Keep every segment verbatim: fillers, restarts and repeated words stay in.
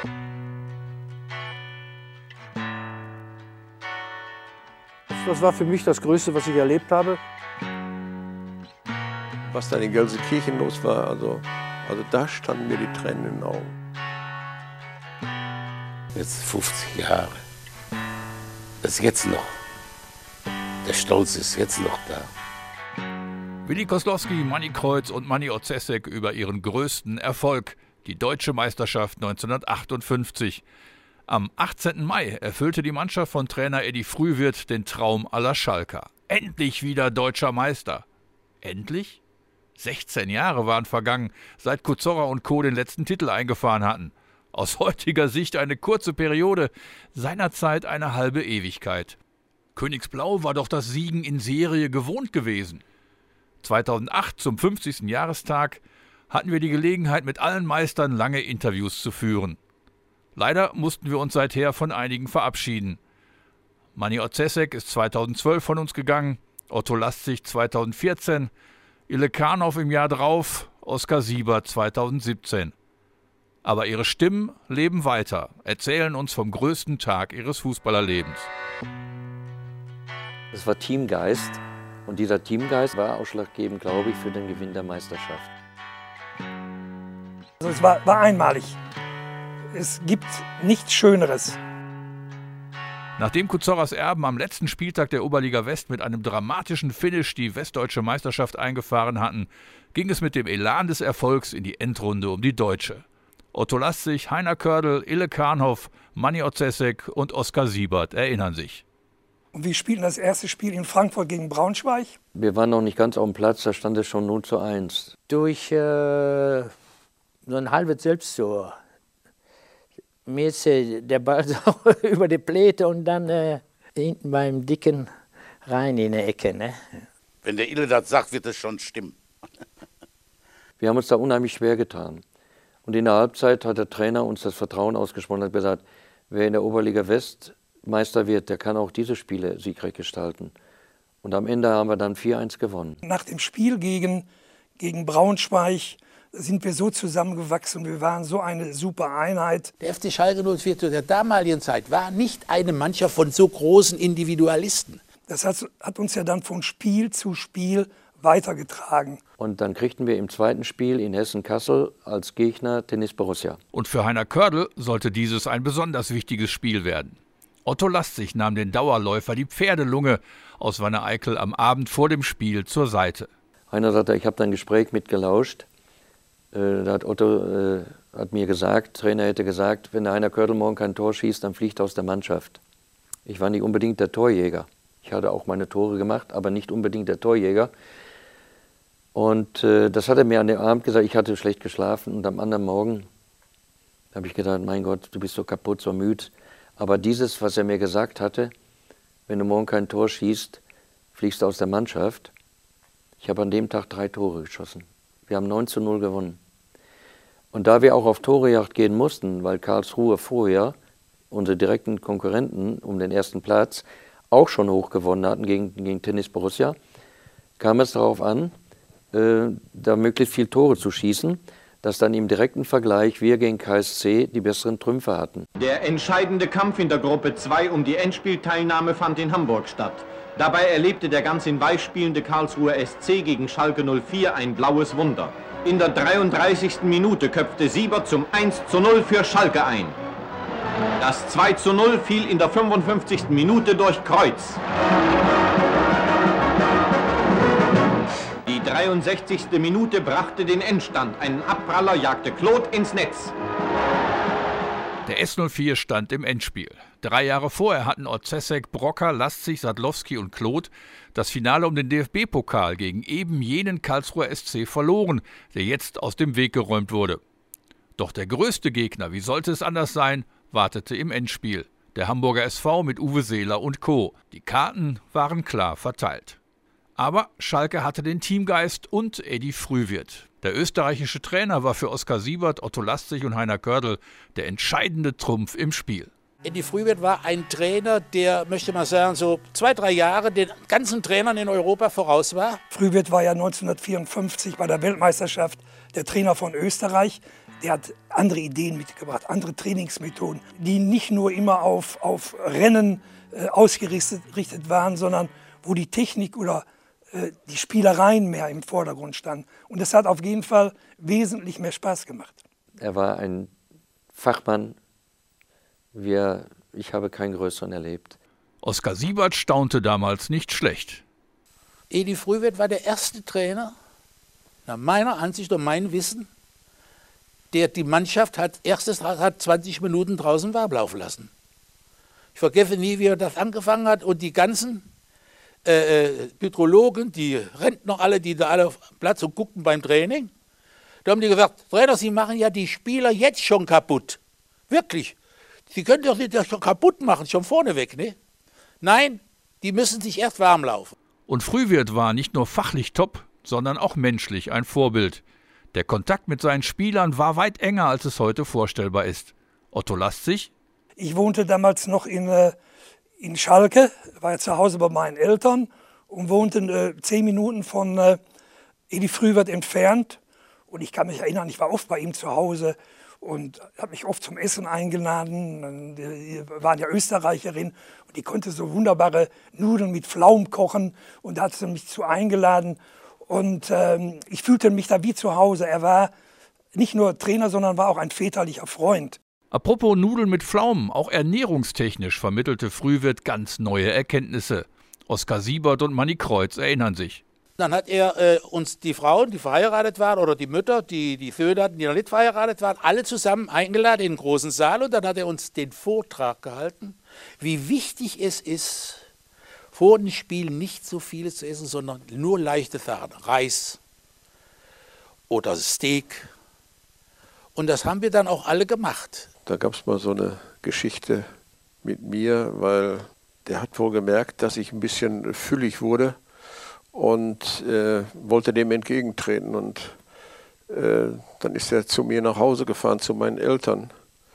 Das war für mich das Größte, was ich erlebt habe. Was dann in Gelsenkirchen los war, also, also da standen mir die Tränen in den Augen. Jetzt fünfzig Jahre. Das ist jetzt noch. Der Stolz ist jetzt noch da. Willi Koslowski, Manni Kreuz und Manni Otzesek über ihren größten Erfolg, die Deutsche Meisterschaft neunzehnhundertachtundfünfzig. Am achtzehnten Mai erfüllte die Mannschaft von Trainer Edi Frühwirth den Traum aller Schalker. Endlich wieder deutscher Meister. Endlich? sechzehn Jahre waren vergangen, seit Kuzorra und Co. den letzten Titel eingefahren hatten. Aus heutiger Sicht eine kurze Periode, seinerzeit eine halbe Ewigkeit. Königsblau war doch das Siegen in Serie gewohnt gewesen. zweitausendacht, zum fünfzigsten Jahrestag, hatten wir die Gelegenheit, mit allen Meistern lange Interviews zu führen. Leider mussten wir uns seither von einigen verabschieden. Manni Otzesek ist zweitausendzwölf von uns gegangen, Otto Lastzig zweitausendvierzehn, Ille Karnhoff im Jahr drauf, Oskar Siebert zweitausendsiebzehn. Aber ihre Stimmen leben weiter, erzählen uns vom größten Tag ihres Fußballerlebens. Es war Teamgeist und dieser Teamgeist war ausschlaggebend, glaube ich, für den Gewinn der Meisterschaft. Also es war, war einmalig. Es gibt nichts Schöneres. Nachdem Kuzorras Erben am letzten Spieltag der Oberliga West mit einem dramatischen Finish die westdeutsche Meisterschaft eingefahren hatten, ging es mit dem Elan des Erfolgs in die Endrunde um die Deutsche. Otto Lastzig, Heiner Kördel, Ille Karnhoff, Manni Otzesek und Oskar Siebert erinnern sich. Und wir spielten das erste Spiel in Frankfurt gegen Braunschweig. Wir waren noch nicht ganz auf dem Platz, da stand es schon null zu eins. Durch äh, so ein halbes Selbsttor. Mir ist äh, der Ball so über die Pläte und dann äh, hinten beim Dicken rein in die Ecke. Ne? Wenn der Ille das sagt, wird es schon stimmen. Wir haben uns da unheimlich schwer getan. Und in der Halbzeit hat der Trainer uns das Vertrauen ausgesprochen und hat gesagt, wer in der Oberliga West Meister wird, der kann auch diese Spiele siegreich gestalten. Und am Ende haben wir dann vier eins gewonnen. Nach dem Spiel gegen, gegen Braunschweig sind wir so zusammengewachsen und wir waren so eine super Einheit. Der F C Schalke null vier zu der damaligen Zeit war nicht eine Mannschaft von so großen Individualisten. Das hat, hat uns ja dann von Spiel zu Spiel weitergetragen. Und dann kriegten wir im zweiten Spiel in Hessen-Kassel als Gegner Tennis Borussia. Und für Heiner Kördel sollte dieses ein besonders wichtiges Spiel werden. Otto Lastzig nahm den Dauerläufer, die Pferdelunge, aus Wanne-Eickel am Abend vor dem Spiel zur Seite. Heiner sagte, ich habe da ein Gespräch mitgelauscht. Äh, da hat Otto äh, hat mir gesagt, Trainer hätte gesagt, wenn der Heiner Kördel morgen kein Tor schießt, dann fliegt er aus der Mannschaft. Ich war nicht unbedingt der Torjäger. Ich hatte auch meine Tore gemacht, aber nicht unbedingt der Torjäger. Und äh, das hat er mir an dem Abend gesagt, ich hatte schlecht geschlafen. Und am anderen Morgen habe ich gedacht, mein Gott, du bist so kaputt, so müde. Aber dieses, was er mir gesagt hatte, wenn du morgen kein Tor schießt, fliegst du aus der Mannschaft. Ich habe an dem Tag drei Tore geschossen. Wir haben neun zu null gewonnen. Und da wir auch auf Torejagd gehen mussten, weil Karlsruhe vorher, unsere direkten Konkurrenten um den ersten Platz, auch schon hoch gewonnen hatten gegen, gegen Tennis Borussia, kam es darauf an, äh, da möglichst viel Tore zu schießen, dass dann im direkten Vergleich wir gegen K S C die besseren Trümpfe hatten. Der entscheidende Kampf in der Gruppe zwei um die Endspielteilnahme fand in Hamburg statt. Dabei erlebte der ganz in Weiß spielende Karlsruher S C gegen Schalke null vier ein blaues Wunder. In der dreiunddreißigsten Minute köpfte Siebert zum eins zu null für Schalke ein. Das zwei zu null fiel in der fünfundfünfzigsten Minute durch Kreuz. Die dreiundsechzigste Minute brachte den Endstand. Einen Abpraller jagte Claude ins Netz. Der S null vier stand im Endspiel. Drei Jahre vorher hatten Otzesek, Brocker, Lastzig, Sadlowski und Claude das Finale um den D F B-Pokal gegen eben jenen Karlsruher S C verloren, der jetzt aus dem Weg geräumt wurde. Doch der größte Gegner, wie sollte es anders sein, wartete im Endspiel. Der Hamburger S V mit Uwe Seeler und Co. Die Karten waren klar verteilt. Aber Schalke hatte den Teamgeist und Edi Frühwirth. Der österreichische Trainer war für Oskar Siebert, Otto Lastzig und Heiner Kördel der entscheidende Trumpf im Spiel. Edi Frühwirth war ein Trainer, der, möchte man sagen, so zwei, drei Jahre den ganzen Trainern in Europa voraus war. Frühwirth war ja neunzehnhundertvierundfünfzig bei der Weltmeisterschaft der Trainer von Österreich. Der hat andere Ideen mitgebracht, andere Trainingsmethoden, die nicht nur immer auf, auf Rennen äh, ausgerichtet waren, sondern wo die Technik oder äh, die Spielereien mehr im Vordergrund standen. Und das hat auf jeden Fall wesentlich mehr Spaß gemacht. Er war ein Fachmann, wie er, ich habe keinen größeren erlebt. Oskar Siebert staunte damals nicht schlecht. Edi Frühwirth war der erste Trainer, nach meiner Ansicht und meinem Wissen, der die Mannschaft hat, erstes hat zwanzig Minuten draußen warm laufen lassen. Ich vergesse nie, wie er das angefangen hat und die ganzen äh, Hydrologen, die Rentner alle, die da alle auf Platz und guckten beim Training, da haben die gesagt, Trainer, Sie machen ja die Spieler jetzt schon kaputt. Wirklich. Sie können doch nicht schon kaputt machen, schon vorneweg, ne? Nein, die müssen sich erst warm laufen. Und Frühwirth war nicht nur fachlich top, sondern auch menschlich ein Vorbild. Der Kontakt mit seinen Spielern war weit enger, als es heute vorstellbar ist. Otto Lastzig? Ich wohnte damals noch in, äh, in Schalke, war ja zu Hause bei meinen Eltern und wohnte äh, zehn Minuten von äh, Edi Frühwirth entfernt. Und ich kann mich erinnern, ich war oft bei ihm zu Hause und habe mich oft zum Essen eingeladen. Die waren ja Österreicherin und die konnte so wunderbare Nudeln mit Pflaumen kochen und da hat sie mich zu eingeladen. Und ähm, ich fühlte mich da wie zu Hause. Er war nicht nur Trainer, sondern war auch ein väterlicher Freund. Apropos Nudeln mit Pflaumen, auch ernährungstechnisch vermittelte Frühwirth ganz neue Erkenntnisse. Oskar Siebert und Manni Kreuz erinnern sich. Dann hat er äh, uns die Frauen, die verheiratet waren, oder die Mütter, die die Söhne hatten, die noch nicht verheiratet waren, alle zusammen eingeladen in den großen Saal. Und dann hat er uns den Vortrag gehalten, wie wichtig es ist, vor dem Spiel nicht so viel zu essen, sondern nur leichte Sachen. Reis oder Steak. Und das haben wir dann auch alle gemacht. Da gab es mal so eine Geschichte mit mir, weil der hat wohl gemerkt, dass ich ein bisschen füllig wurde und äh, wollte dem entgegentreten. Und äh, dann ist er zu mir nach Hause gefahren, zu meinen Eltern.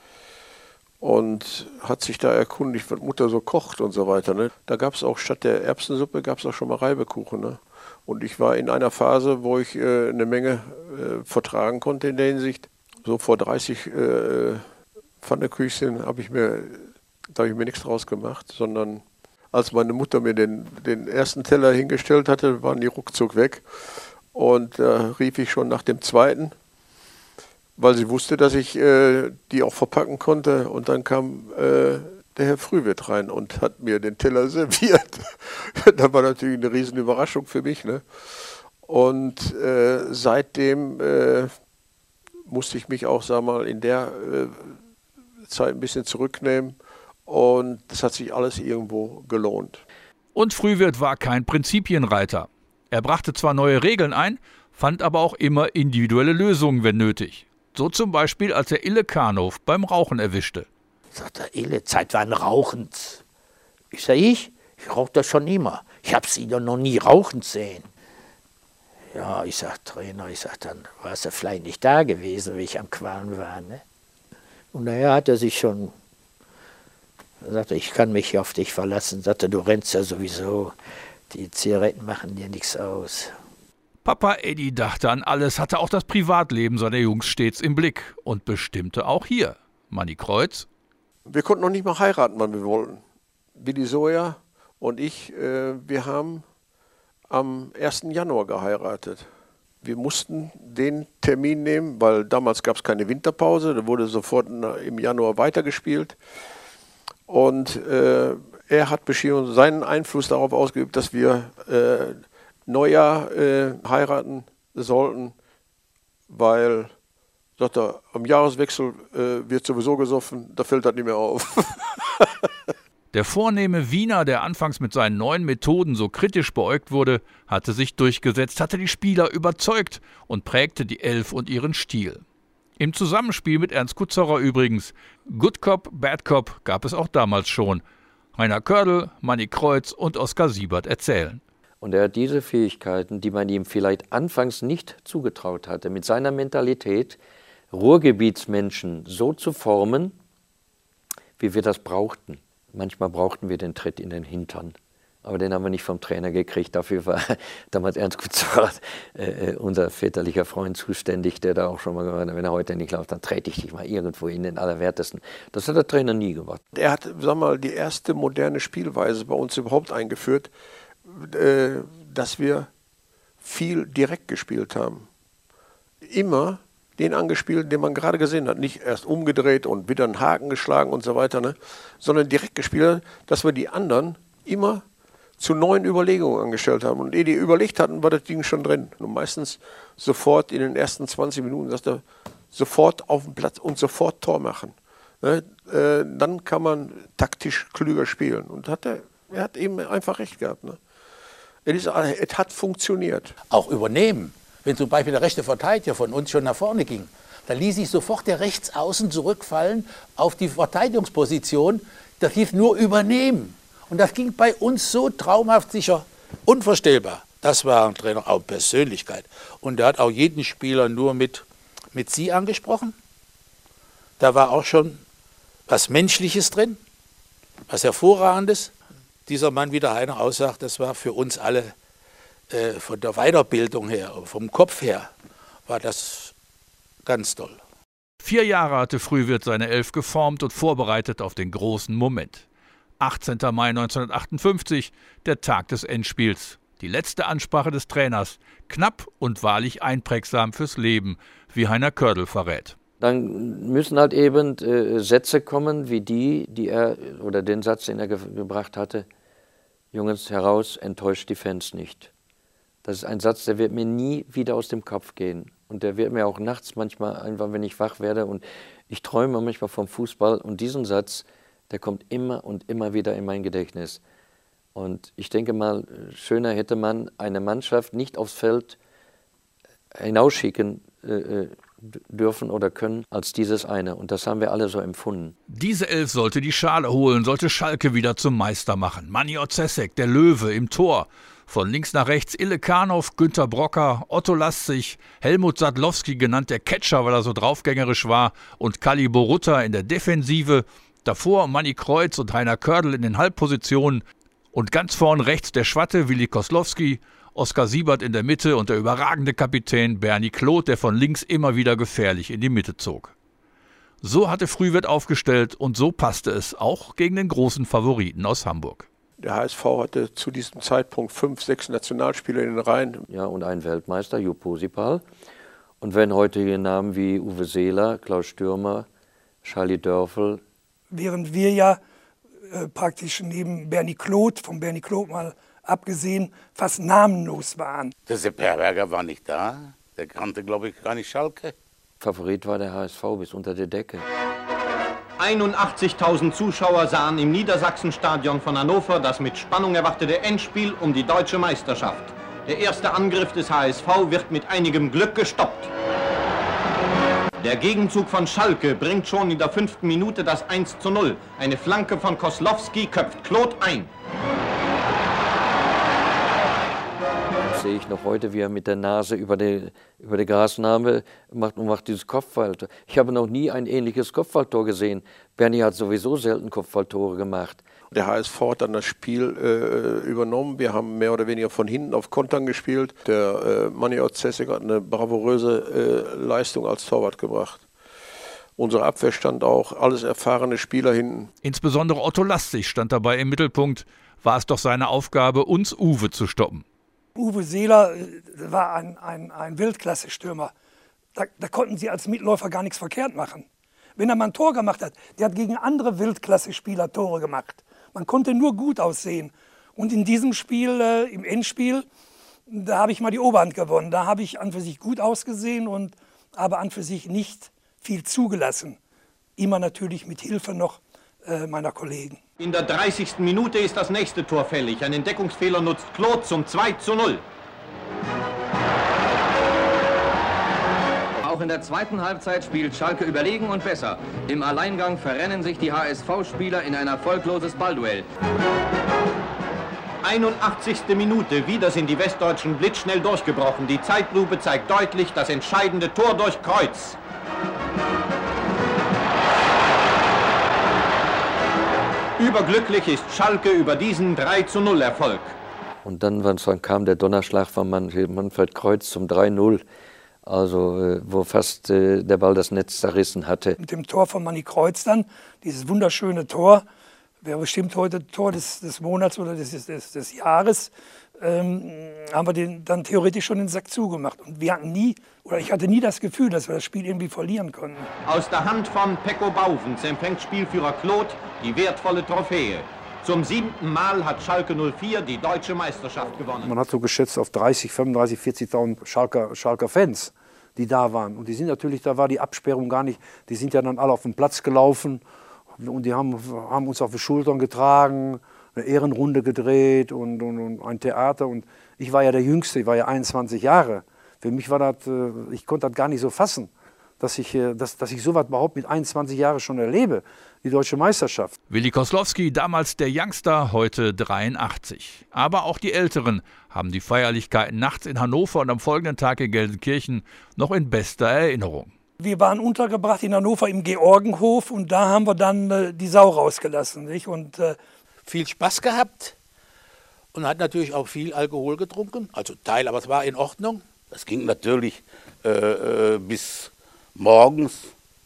Und hat sich da erkundigt, was Mutter so kocht und so weiter. Ne? Da gab es auch statt der Erbsensuppe, gab es auch schon mal Reibekuchen. Ne? Und ich war in einer Phase, wo ich äh, eine Menge äh, vertragen konnte in der Hinsicht. So vor dreißig äh, Pfannekuchen habe ich mir, da habe ich mir nichts draus gemacht, sondern als meine Mutter mir den, den ersten Teller hingestellt hatte, waren die ruckzuck weg. Und da äh, rief ich schon nach dem zweiten, weil sie wusste, dass ich äh, die auch verpacken konnte. Und dann kam äh, der Herr Frühwirth rein und hat mir den Teller serviert. Das war natürlich eine riesen Überraschung für mich. Ne? Und äh, seitdem äh, musste ich mich auch, sag mal, in der äh, Zeit ein bisschen zurücknehmen. Und das hat sich alles irgendwo gelohnt. Und Frühwirth war kein Prinzipienreiter. Er brachte zwar neue Regeln ein, fand aber auch immer individuelle Lösungen, wenn nötig. So zum Beispiel, als er Ille Kahnhof beim Rauchen erwischte. Sagt er, Ille, Zeit waren rauchend. Ich sag, ich? Ich rauche das schon immer. Ich habe sie doch noch nie rauchend sehen. Ja, ich sag, Trainer, ich sag, dann warst du vielleicht nicht da gewesen, wie ich am Qualm war. Ne? Und daher hat er sich schon, er sagte, ich kann mich auf dich verlassen. Sagte, du rennst ja sowieso, die Zigaretten machen dir nichts aus. Papa Edi dachte an alles, hatte auch das Privatleben seiner Jungs stets im Blick und bestimmte auch hier. Manni Kreuz? Wir konnten noch nicht mal heiraten, wann wir wollten. Willi Soja und ich, äh, wir haben am ersten Januar geheiratet. Wir mussten den Termin nehmen, weil damals gab es keine Winterpause, da wurde sofort im Januar weitergespielt. Und äh, er hat beschieden, seinen Einfluss darauf ausgeübt, dass wir äh, Neujahr äh, heiraten sollten, weil, sagt er, am Jahreswechsel äh, wird sowieso gesoffen, da fällt das nicht mehr auf. Der vornehme Wiener, der anfangs mit seinen neuen Methoden so kritisch beäugt wurde, hatte sich durchgesetzt, hatte die Spieler überzeugt und prägte die Elf und ihren Stil. Im Zusammenspiel mit Ernst Kutzerer übrigens. Good Cop, Bad Cop gab es auch damals schon. Heiner Kördel, Manni Kreuz und Oskar Siebert erzählen. Und er hat diese Fähigkeiten, die man ihm vielleicht anfangs nicht zugetraut hatte, mit seiner Mentalität, Ruhrgebietsmenschen so zu formen, wie wir das brauchten. Manchmal brauchten wir den Tritt in den Hintern. Aber den haben wir nicht vom Trainer gekriegt. Dafür war damals Ernst Kuzart, äh, unser väterlicher Freund, zuständig, der da auch schon mal gesagt hat, wenn er heute nicht läuft, dann trete ich dich mal irgendwo in den Allerwertesten. Das hat der Trainer nie gemacht. Er hat, sag mal, die erste moderne Spielweise bei uns überhaupt eingeführt, äh, dass wir viel direkt gespielt haben. Immer den angespielt, den man gerade gesehen hat. Nicht erst umgedreht und wieder einen Haken geschlagen und so weiter, ne? Sondern direkt gespielt, dass wir die anderen immer zu neuen Überlegungen angestellt haben. Und ehe die überlegt hatten, war das Ding schon drin. Und meistens sofort in den ersten zwanzig Minuten, sagt er, sofort auf den Platz und sofort Tor machen. Ne? Äh, dann kann man taktisch klüger spielen. Und hat er, er hat eben einfach recht gehabt. Ne? Es, ist, es hat funktioniert. Auch übernehmen. Wenn zum Beispiel der rechte Verteidiger von uns schon nach vorne ging, da ließ sich sofort der Rechtsaußen zurückfallen auf die Verteidigungsposition. Das hieß nur übernehmen. Und das ging bei uns so traumhaft sicher, unvorstellbar. Das war ein Trainer, auch Persönlichkeit. Und der hat auch jeden Spieler nur mit, mit Sie angesprochen. Da war auch schon was Menschliches drin, was Hervorragendes. Dieser Mann, wie der Heiner aussagt, das war für uns alle äh, von der Weiterbildung her, vom Kopf her, war das ganz toll. Vier Jahre hatte Frühwirth seine Elf geformt und vorbereitet auf den großen Moment. achtzehnter Mai neunzehnhundertachtundfünfzig, der Tag des Endspiels. Die letzte Ansprache des Trainers, knapp und wahrlich einprägsam fürs Leben, wie Heiner Kördel verrät. Dann müssen halt eben äh, Sätze kommen, wie die, die er, oder den Satz, den er ge gebracht hatte, Jungs, heraus, enttäuscht die Fans nicht. Das ist ein Satz, der wird mir nie wieder aus dem Kopf gehen. Und der wird mir auch nachts manchmal, einfach wenn ich wach werde und ich träume manchmal vom Fußball. Und diesen Satz, der kommt immer und immer wieder in mein Gedächtnis. Und ich denke mal, schöner hätte man eine Mannschaft nicht aufs Feld hinausschicken äh, dürfen oder können, als dieses eine. Und das haben wir alle so empfunden. Diese Elf sollte die Schale holen, sollte Schalke wieder zum Meister machen. Manni Otzesek, der Löwe im Tor. Von links nach rechts Ille Karnow, Günter Brocker, Otto Lastzig, Helmut Sadlowski, genannt der Catcher, weil er so draufgängerisch war, und Kalli Borutta in der Defensive. Davor Manni Kreuz und Heiner Kördel in den Halbpositionen. Und ganz vorn rechts der Schwatte Willi Koslowski, Oskar Siebert in der Mitte und der überragende Kapitän Bernie Kloth, der von links immer wieder gefährlich in die Mitte zog. So hatte Frühwirth aufgestellt und so passte es auch gegen den großen Favoriten aus Hamburg. Der H S V hatte zu diesem Zeitpunkt fünf, sechs Nationalspieler in den Reihen. Ja, und einen Weltmeister, Jupp Posipal. Und wenn heutige Namen wie Uwe Seeler, Klaus Stürmer, Charlie Dörfel. Während wir ja äh, praktisch neben Bernie Kloth, von Bernie Kloth mal abgesehen, fast namenlos waren. Der Sepp Herberger war nicht da. Der kannte, glaube ich, gar nicht Schalke. Favorit war der H S V bis unter der Decke. einundachtzigtausend Zuschauer sahen im Niedersachsenstadion von Hannover das mit Spannung erwartete Endspiel um die deutsche Meisterschaft. Der erste Angriff des H S V wird mit einigem Glück gestoppt. Der Gegenzug von Schalke bringt schon in der fünften Minute das eins zu null. Eine Flanke von Koslowski köpft Kloth ein. Das sehe ich noch heute, wie er mit der Nase über die, über die Grasnarbe macht und macht dieses Kopfballtor. Ich habe noch nie ein ähnliches Kopfballtor gesehen. Bernie hat sowieso selten Kopfballtore gemacht. Der H S V hat dann das Spiel äh, übernommen. Wir haben mehr oder weniger von hinten auf Kontern gespielt. Der äh, Manni Otzesek hat eine bravouröse äh, Leistung als Torwart gebracht. Unsere Abwehr stand auch, alles erfahrene Spieler hinten. Insbesondere Otto Lastzig stand dabei im Mittelpunkt. War es doch seine Aufgabe, uns Uwe zu stoppen. Uwe Seeler war ein, ein, ein Weltklasse-Stürmer. Da, da konnten sie als Mitläufer gar nichts verkehrt machen. Wenn er mal ein Tor gemacht hat, der hat gegen andere Weltklasse-Spieler Tore gemacht. Man konnte nur gut aussehen. Und in diesem Spiel, äh, im Endspiel, da habe ich mal die Oberhand gewonnen. Da habe ich an für sich gut ausgesehen und aber an für sich nicht viel zugelassen. Immer natürlich mit Hilfe noch äh, meiner Kollegen. In der dreißigsten Minute ist das nächste Tor fällig. Ein Entdeckungsfehler nutzt Kloth zum zwei zu null. Auch in der zweiten Halbzeit spielt Schalke überlegen und besser. Im Alleingang verrennen sich die H S V-Spieler in ein erfolgloses Ballduell. einundachtzigste Minute, wieder sind die Westdeutschen blitzschnell durchgebrochen. Die Zeitlupe zeigt deutlich das entscheidende Tor durch Kreuz. Überglücklich ist Schalke über diesen drei zu null Erfolg. Und dann, dann kam der Donnerschlag von Manfred Kreuz zum drei null. Also wo fast äh, der Ball das Netz zerrissen hatte. Mit dem Tor von Manni Kreuz dann, dieses wunderschöne Tor, wäre bestimmt heute Tor des, des Monats oder des, des, des Jahres, ähm, haben wir den dann theoretisch schon den Sack zugemacht. Und wir hatten nie, oder ich hatte nie das Gefühl, dass wir das Spiel irgendwie verlieren konnten. Aus der Hand von Pecco Bauvens empfängt Spielführer Claude die wertvolle Trophäe. Zum siebten Mal hat Schalke null vier die deutsche Meisterschaft gewonnen. Man hat so geschätzt auf dreißig, fünfunddreißig, vierzigtausend Schalker, Schalker Fans, die da waren. Und die sind natürlich, da war die Absperrung gar nicht, die sind ja dann alle auf den Platz gelaufen und die haben, haben uns auf die Schultern getragen, eine Ehrenrunde gedreht und, und, und ein Theater. Und ich war ja der Jüngste, ich war ja einundzwanzig Jahre. Für mich war das, ich konnte das gar nicht so fassen, dass ich, dass, dass ich sowas überhaupt mit einundzwanzig Jahren schon erlebe, die deutsche Meisterschaft. Willi Koslowski, damals der Youngster, heute dreiundachtzig. Aber auch die Älteren haben die Feierlichkeiten nachts in Hannover und am folgenden Tag in Gelsenkirchen noch in bester Erinnerung. Wir waren untergebracht in Hannover im Georgenhof und da haben wir dann äh, die Sau rausgelassen. Nicht? Und, äh, viel Spaß gehabt und hat natürlich auch viel Alkohol getrunken, also Teil, aber es war in Ordnung. Das ging natürlich äh, äh, bis morgens,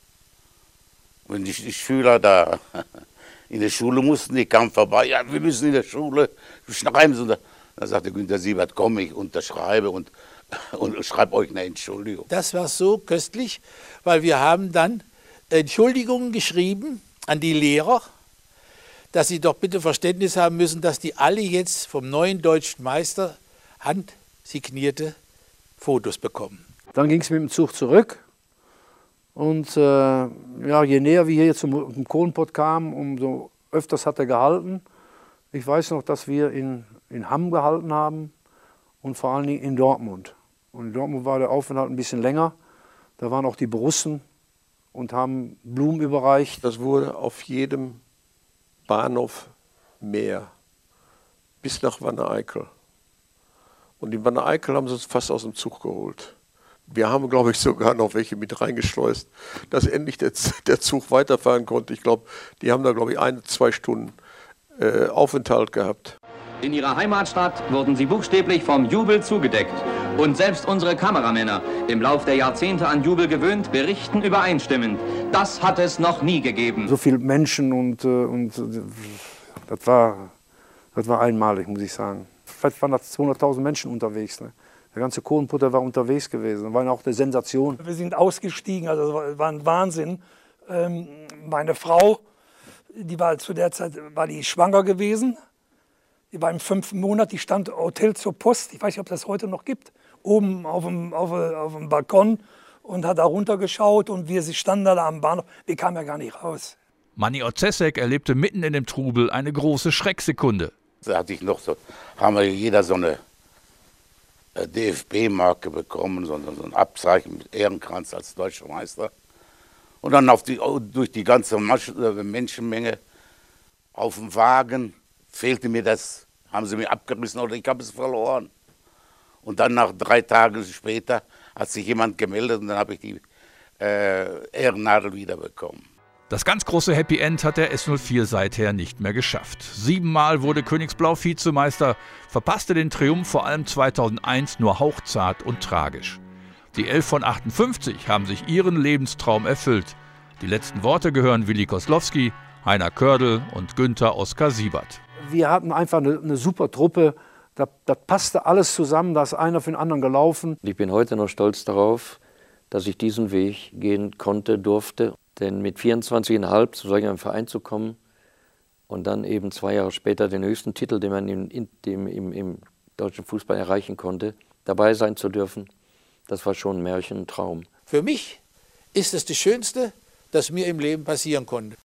wenn die, die Schüler da in der Schule mussten, die kamen vorbei, ja, wir müssen in der Schule schreiben. Und da sagte Günter Siebert, komm, ich unterschreibe und, und schreibe euch eine Entschuldigung. Das war so köstlich, weil wir haben dann Entschuldigungen geschrieben an die Lehrer, dass sie doch bitte Verständnis haben müssen, dass die alle jetzt vom neuen deutschen Meister handsignierte Fotos bekommen. Dann ging es mit dem Zug zurück und äh, ja, je näher wir hier zum, zum Kohlenpott kamen, umso öfters hat er gehalten. Ich weiß noch, dass wir in, in Hamm gehalten haben und vor allen Dingen in Dortmund. Und in Dortmund war der Aufenthalt ein bisschen länger. Da waren auch die Borussen und haben Blumen überreicht. Das wurde auf jedem Bahnhof mehr, bis nach Wanne-Eickel. Und in Wanne-Eickel haben sie uns fast aus dem Zug geholt. Wir haben, glaube ich, sogar noch welche mit reingeschleust, dass endlich der, der Zug weiterfahren konnte. Ich glaube, die haben da, glaube ich, ein, zwei Stunden äh, Aufenthalt gehabt. In ihrer Heimatstadt wurden sie buchstäblich vom Jubel zugedeckt. Und selbst unsere Kameramänner, im Lauf der Jahrzehnte an Jubel gewöhnt, berichten übereinstimmend. Das hat es noch nie gegeben. So viele Menschen und, und das, war, das war einmalig, muss ich sagen. Vielleicht waren da zweihunderttausend Menschen unterwegs. Ne? Der ganze Kohlenputter war unterwegs gewesen. Das war auch eine Sensation. Wir sind ausgestiegen, also das war ein Wahnsinn. Ähm, meine Frau, die war zu der Zeit war die schwanger gewesen. Die war im fünften Monat, die stand Hotel zur Post, ich weiß nicht, ob das heute noch gibt, oben auf dem, auf, auf dem Balkon und hat da runtergeschaut und wir standen da am Bahnhof, wir kamen ja gar nicht raus. Manni Otzesek erlebte mitten in dem Trubel eine große Schrecksekunde. Da hatte ich noch so, haben wir jeder so eine D F B-Marke bekommen, so, so ein Abzeichen mit Ehrenkranz als deutscher Meister. Und dann auf die, durch die ganze Menschenmenge auf dem Wagen fehlte mir das, haben sie mir abgerissen oder ich habe es verloren. Und dann nach drei Tagen später hat sich jemand gemeldet und dann habe ich die äh, Ehrennadel wiederbekommen. Das ganz große Happy End hat der S null vier seither nicht mehr geschafft. Siebenmal wurde Königsblau Vizemeister, verpasste den Triumph vor allem zweitausendeins nur hauchzart und tragisch. Die elf von achtundfünfzig haben sich ihren Lebenstraum erfüllt. Die letzten Worte gehören Willi Koslowski, Heiner Kördel und Günther Oskar Siebert. Wir hatten einfach eine, eine super Truppe, das, das passte alles zusammen, da ist einer für den anderen gelaufen. Ich bin heute noch stolz darauf, dass ich diesen Weg gehen konnte, durfte. Denn mit vierundzwanzig Komma fünf zu solch einem Verein zu kommen und dann eben zwei Jahre später den höchsten Titel, den man im, im, im, im deutschen Fußball erreichen konnte, dabei sein zu dürfen, das war schon ein Märchen, ein Traum. Für mich ist es das Schönste, das mir im Leben passieren konnte.